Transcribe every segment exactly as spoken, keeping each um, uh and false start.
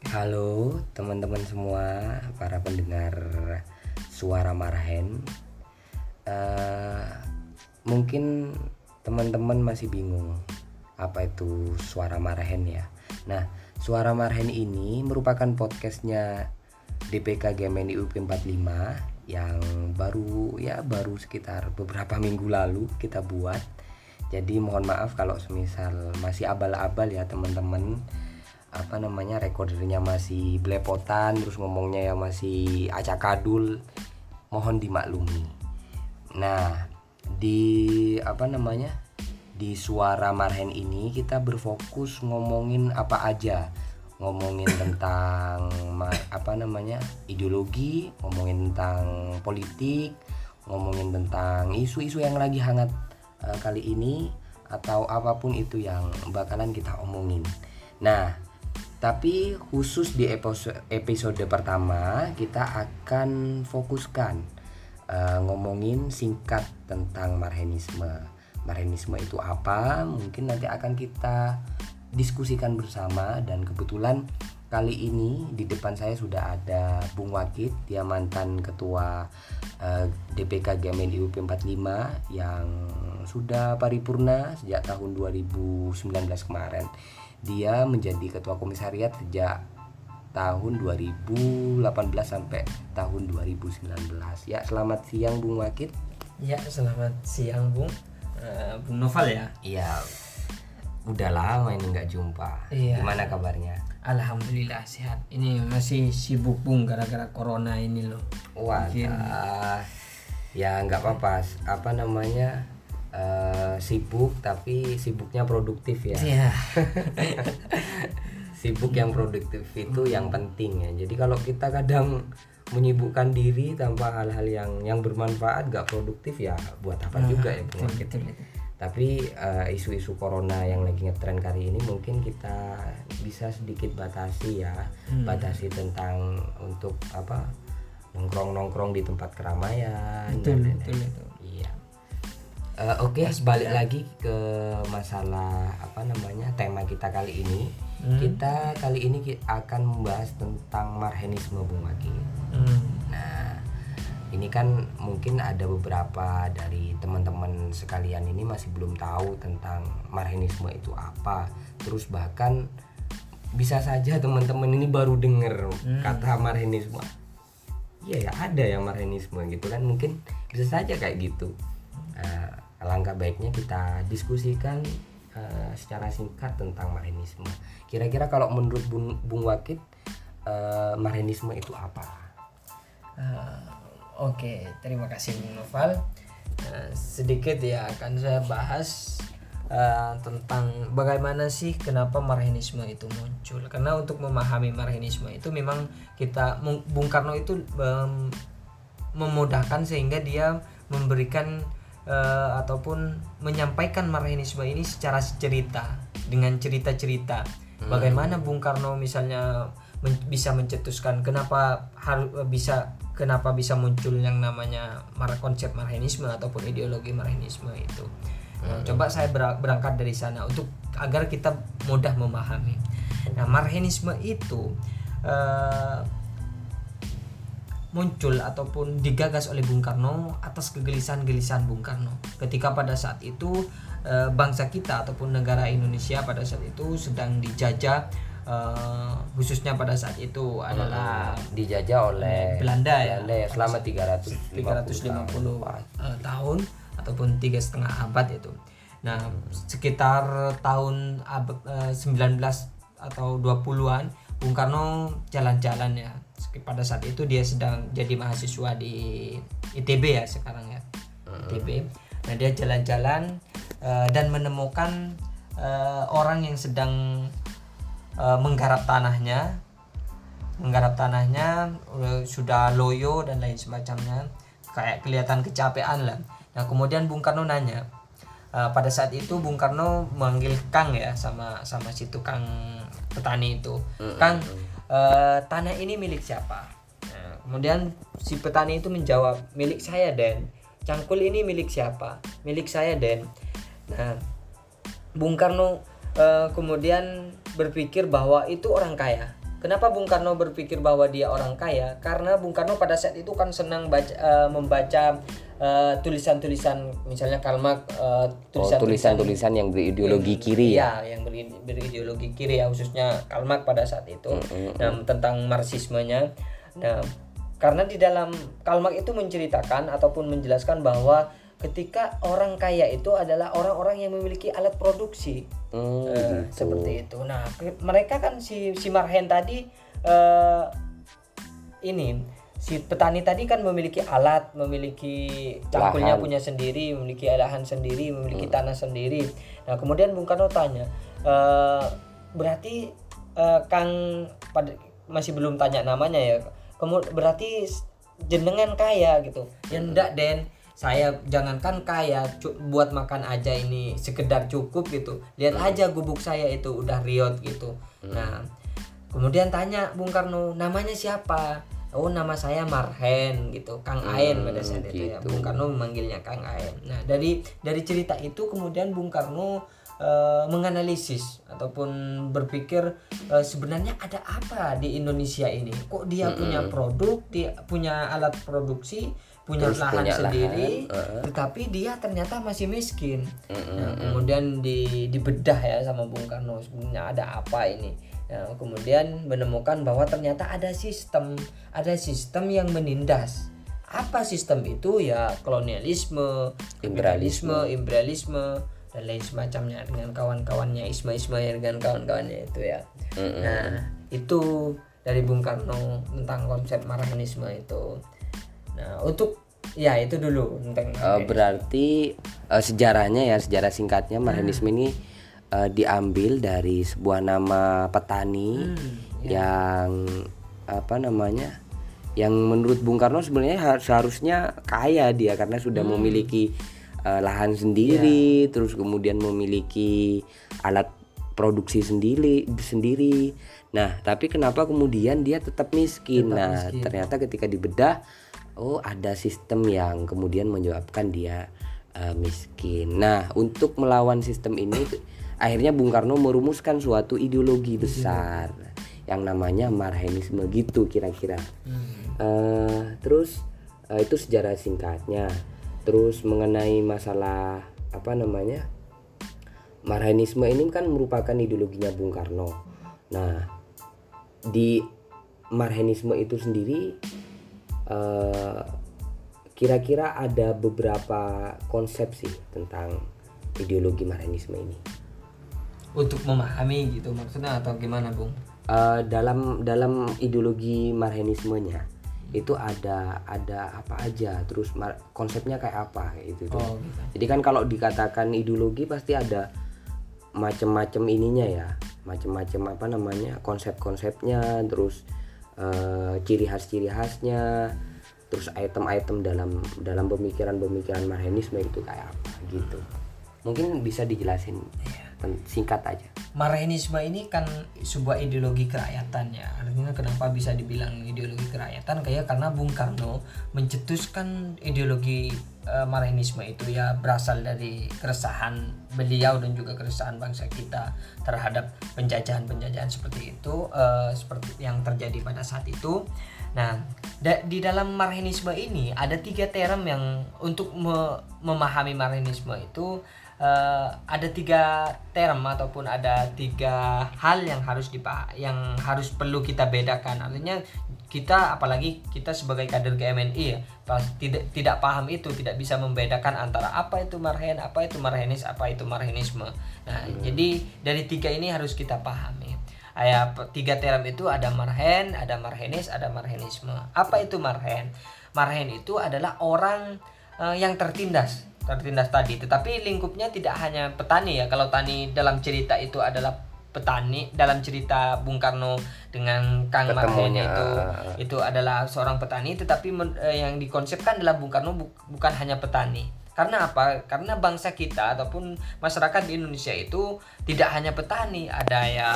Halo teman-teman semua, para pendengar Suara Marhen. uh, Mungkin teman-teman masih bingung apa itu Suara Marhen ya. Nah, Suara Marhen ini merupakan podcastnya D P K Gemen I U P empat puluh lima yang baru ya baru sekitar beberapa minggu lalu kita buat. Jadi mohon maaf kalau semisal masih abal-abal ya teman-teman, apa namanya recordernya masih belepotan, terus ngomongnya ya masih acakadul, mohon dimaklumi. Nah, di apa namanya di Suara Marhen ini kita berfokus ngomongin apa aja, ngomongin tentang apa namanya ideologi, ngomongin tentang politik, ngomongin tentang isu-isu yang lagi hangat uh, kali ini, atau apapun itu yang bakalan kita omongin. Nah, tapi khusus di episode, episode pertama kita akan fokuskan uh, ngomongin singkat tentang Marhenisme. Marhenisme itu apa? Mungkin nanti akan kita diskusikan bersama, dan kebetulan kali ini di depan saya sudah ada Bung Wakit, dia mantan ketua uh, D P K Gemen I U P empat puluh lima yang sudah paripurna sejak tahun dua ribu sembilan belas kemarin. Dia menjadi ketua komisariat sejak tahun dua ribu delapan belas sampai tahun dua ribu sembilan belas. Ya, selamat siang Bung Wakit. Ya, selamat siang Bung. Uh, Bung Noval ya. Iya. Udah lama ini nggak jumpa. Iya. Gimana kabarnya? Alhamdulillah sehat. Ini masih sibuk Bung gara-gara corona ini loh. Wah. Ya nggak apa-apa. Apa namanya? Uh, sibuk tapi sibuknya produktif ya. Iya. Sibuk yang produktif itu hmm. yang penting ya. Jadi kalau kita kadang menyibukkan diri tanpa hal-hal yang yang bermanfaat, gak produktif, ya buat apa nah, juga ya Bung Wakit. Tapi uh, isu-isu corona yang lagi ngetren kali ini mungkin kita bisa sedikit batasi ya. Hmm. Batasi tentang untuk apa nongkrong-nongkrong di tempat keramaian. Betul, dan betul, betul. Iya. Uh, Oke, okay, balik lagi ke masalah apa namanya tema kita kali ini. Hmm. Kita kali ini akan membahas tentang Marhenisme Bung Wakit. Hmm. Nah, ini kan mungkin ada beberapa dari teman-teman sekalian ini masih belum tahu tentang Marhenisme itu apa. Terus bahkan bisa saja teman-teman ini baru dengar hmm. kata Marhenisme. Iya ya, ada ya Marhenisme gitu kan, mungkin bisa saja kayak gitu. Uh, Alangkah baiknya kita diskusikan uh, secara singkat tentang Marhenisme. Kira-kira kalau menurut Bung, Bung Wakit, uh, Marhenisme itu apa? Uh, Oke, okay. Terima kasih Bung Noval. Uh, sedikit ya akan saya bahas uh, tentang bagaimana sih kenapa Marhenisme itu muncul. Karena untuk memahami Marhenisme itu memang kita Bung Karno itu um, memudahkan sehingga dia memberikan Uh, ataupun menyampaikan Marhenisme ini secara cerita, dengan cerita-cerita. Hmm. Bagaimana Bung Karno misalnya men- bisa mencetuskan kenapa harus bisa kenapa bisa muncul yang namanya mar- konsep Marhenisme ataupun ideologi Marhenisme itu. Nah, hmm. coba saya ber- berangkat dari sana untuk agar kita mudah memahami. Nah, Marhenisme itu uh, muncul ataupun digagas oleh Bung Karno atas kegelisahan-gelisahan Bung Karno ketika pada saat itu e, bangsa kita ataupun negara Indonesia pada saat itu sedang dijajah, e, khususnya pada saat itu adalah hmm, dijajah oleh Belanda ya, Belanda ya selama tiga ratus lima puluh tahun. tahun, tahun ataupun tiga setengah abad itu. Nah, sekitar tahun abad e, sembilan belas atau dua puluhan Bung Karno jalan-jalan ya. Pada saat itu dia sedang jadi mahasiswa di I T B ya sekarang ya, I T B. Nah, dia jalan-jalan uh, dan menemukan uh, orang yang sedang uh, menggarap tanahnya, menggarap tanahnya uh, sudah loyo dan lain semacamnya, kayak kelihatan kecapean lah. Nah, kemudian Bung Karno nanya. Uh, pada saat itu Bung Karno manggil Kang ya sama sama si tukang petani itu. Kang, uh, tanah ini milik siapa? Nah, kemudian si petani itu menjawab, milik saya Den. Cangkul ini milik siapa? Milik saya Den. Nah, Bung Karno uh, kemudian berpikir bahwa itu orang kaya. kenapa Bung Karno berpikir bahwa dia orang kaya? Karena Bung Karno pada saat itu kan senang baca, uh, membaca uh, tulisan-tulisan, misalnya Karl Marx, uh, tulisan, oh, tulisan-tulisan yang berideologi yang, kiri ya? Ya, yang beri, berideologi kiri ya, khususnya Karl Marx pada saat itu. Mm-hmm. Nah, tentang marxismenya. Nah, karena di dalam Karl Marx itu menceritakan ataupun menjelaskan bahwa ketika orang kaya itu adalah orang-orang yang memiliki alat produksi, hmm, uh, gitu. Seperti itu. Nah, mereka kan si si Marhen tadi uh, ini si petani tadi kan memiliki alat, memiliki cangkulnya punya sendiri, memiliki lahan sendiri, memiliki hmm. tanah sendiri. Nah, kemudian Bung Karno tanya, uh, berarti uh, Kang pada masih belum tanya namanya ya. Kemudian berarti jenengan kaya gitu. Ya enggak, Den. Saya jangankan kaya, cu- buat makan aja ini sekedar cukup gitu. Lihat aja gubuk saya itu udah riot gitu. Hmm. Nah, kemudian tanya Bung Karno, namanya siapa? Oh, nama saya Marhen gitu, Kang Aen pada saat gitu. Itu ya. Bung Karno memanggilnya Kang Aen. Nah, dari dari cerita itu kemudian Bung Karno uh, menganalisis ataupun berpikir uh, sebenarnya ada apa di Indonesia ini? Kok dia hmm. punya produk, dia punya alat produksi, punya Terus lahan punya sendiri, lahan. Uh. tetapi dia ternyata masih miskin. Mm-hmm. Nah, kemudian di dibedah ya sama Bung Karno, sebenarnya ada apa ini? Nah, kemudian menemukan bahwa ternyata ada sistem, ada sistem yang menindas. Apa sistem itu? Ya kolonialisme, imperialisme, imperialisme dan lain semacamnya dengan kawan-kawannya, Isma-Isma dengan kawan-kawannya itu ya. Mm-hmm. Nah, itu dari Bung Karno tentang konsep Marxisme itu. Nah, untuk ya itu dulu tentang uh, berarti uh, sejarahnya ya, sejarah singkatnya Marxisme hmm. ini uh, diambil dari sebuah nama petani hmm, ya. yang apa namanya? yang menurut Bung Karno sebenarnya seharusnya kaya dia karena sudah hmm. memiliki uh, lahan sendiri, ya. terus kemudian memiliki alat produksi sendiri sendiri. Nah, tapi kenapa kemudian dia tetap miskin? Tetap nah, miskin. Ternyata ketika dibedah, oh ada sistem yang kemudian menyebabkan dia uh, miskin. Nah, untuk melawan sistem ini akhirnya Bung Karno merumuskan suatu ideologi besar hmm. yang namanya Marxisme gitu kira-kira. Hmm. Uh, terus uh, itu sejarah singkatnya. Terus mengenai masalah apa namanya? Marxisme ini kan merupakan ideologinya Bung Karno. Nah, di Marxisme itu sendiri Uh, kira-kira ada beberapa konsep sih tentang ideologi Marxisme ini. Untuk memahami gitu maksudnya atau gimana, Bung? Uh, dalam dalam ideologi Marxismenya itu ada ada apa aja, terus mar- konsepnya kayak apa itu tuh. Oh, gitu. Jadi kan kalau dikatakan ideologi pasti ada macam-macam ininya ya, macam-macam apa namanya konsep-konsepnya, terus Uh, ciri khas ciri khasnya, terus item-item dalam dalam pemikiran-pemikiran Marxisme itu kayak apa gitu. Mungkin bisa dijelasin singkat aja. Marxisme ini kan sebuah ideologi kerakyatan ya. Artinya kenapa bisa dibilang ideologi kerakyatan? Kayak karena Bung Karno mencetuskan ideologi uh, Marxisme itu ya berasal dari keresahan beliau dan juga keresahan bangsa kita terhadap penjajahan-penjajahan seperti itu, uh, seperti yang terjadi pada saat itu. Nah, da- di dalam Marxisme ini ada tiga term yang untuk me- memahami Marxisme itu Uh, ada tiga term ataupun ada tiga hal yang harus dipa- yang harus perlu kita bedakan. Artinya kita apalagi kita sebagai kader G M N I ya pas, tidak tidak paham itu, tidak bisa membedakan antara apa itu Marhen, apa itu Marxis, apa itu Marxisme. Nah, hmm. jadi dari tiga ini harus kita pahami. Ya, tiga term itu ada Marhen, ada Marxis, ada Marxisme. Apa itu Marhen? Marhen itu adalah orang uh, yang tertindas tertindas tadi, tetapi lingkupnya tidak hanya petani ya. Kalau tani dalam cerita itu adalah petani, dalam cerita Bung Karno dengan Kang Marhen itu itu adalah seorang petani, tetapi men, eh, yang dikonsepkan adalah Bung Karno bu, bukan hanya petani. Karena apa? Karena bangsa kita ataupun masyarakat di Indonesia itu tidak hanya petani, ada ya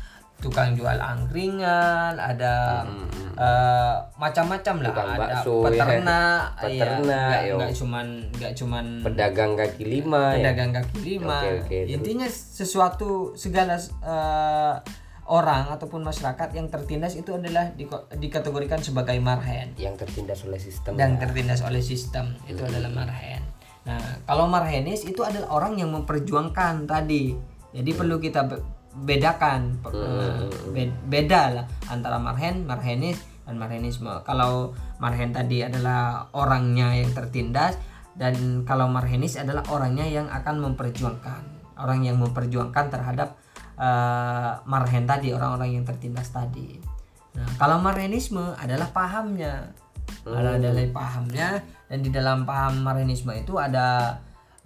tukang jual angkringan, ada hmm. uh, macam-macam lah, tukang ada bakso, peternak, ya. peternak, ya, nggak cuman nggak cuman pedagang kaki lima, pedagang ya? kaki lima. Okay, okay, intinya terus. Sesuatu segala uh, orang ataupun masyarakat yang tertindas itu adalah di, dikategorikan sebagai marhen. Yang tertindas oleh sistem. Dan ya. tertindas oleh sistem itu hmm. adalah marhen. Nah, kalau marhenis itu adalah orang yang memperjuangkan tadi. Jadi hmm. perlu kita bedakan, hmm. beda lah antara marhen, marhenis dan marhenisme. Kalau marhen tadi adalah orangnya yang tertindas, dan kalau marhenis adalah orangnya yang akan memperjuangkan, orang yang memperjuangkan terhadap uh, marhen tadi, orang-orang yang tertindas tadi. Nah, kalau marhenisme adalah pahamnya, hmm. adalah pahamnya, dan di dalam paham marhenisme itu ada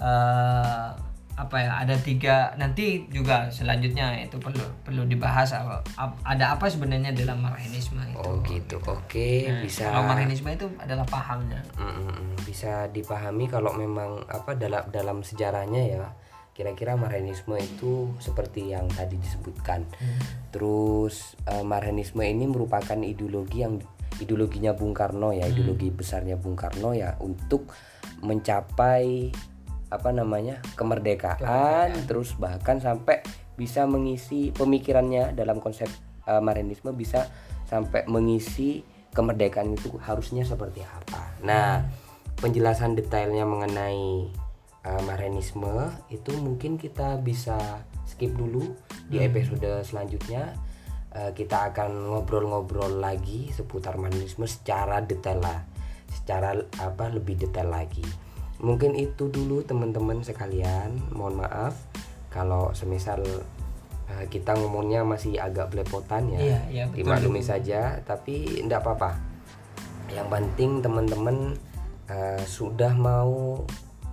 uh, apa ya? Ada tiga, nanti juga selanjutnya itu perlu perlu dibahas apa, ada apa sebenarnya dalam marhenisme itu. Oh gitu, oke. Nah, bisa. Kalau marhenisme itu adalah pahamnya. Mm-mm, bisa dipahami kalau memang apa dalam dalam sejarahnya ya. Kira-kira marhenisme itu seperti yang tadi disebutkan. Hmm. Terus uh, marhenisme ini merupakan ideologi yang ideologinya Bung Karno ya, hmm. ideologi besarnya Bung Karno ya untuk mencapai apa namanya kemerdekaan, kemerdekaan. Terus bahkan sampai bisa mengisi pemikirannya dalam konsep uh, marhenisme bisa sampai mengisi kemerdekaan itu harusnya seperti apa. Nah, penjelasan detailnya mengenai uh, marhenisme itu mungkin kita bisa skip dulu di episode selanjutnya. Uh, kita akan ngobrol-ngobrol lagi seputar marhenisme secara detail lah, secara apa lebih detail lagi. Mungkin itu dulu teman-teman sekalian. Mohon maaf kalau semisal uh, kita ngomongnya masih agak belepotan ya. Iya, iya, dimaklumi saja, tapi enggak apa-apa. Yang penting teman-teman uh, sudah mau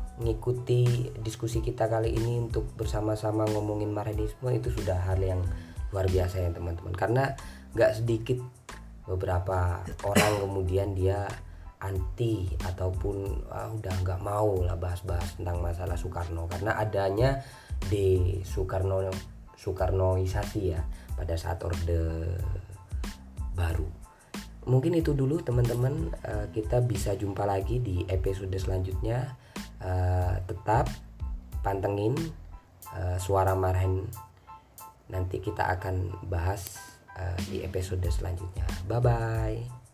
ngikuti diskusi kita kali ini untuk bersama-sama ngomongin marhenisme, itu sudah hal yang luar biasa ya teman-teman. Karena enggak sedikit beberapa orang kemudian dia anti ataupun ah, udah nggak mau lah bahas-bahas tentang masalah Soekarno karena adanya de Soekarno Soekarnoisasi ya pada saat Orde Baru. Mungkin itu dulu teman-teman, uh, kita bisa jumpa lagi di episode selanjutnya. Uh, tetap pantengin uh, Suara Marhen, nanti kita akan bahas uh, di episode selanjutnya. Bye bye.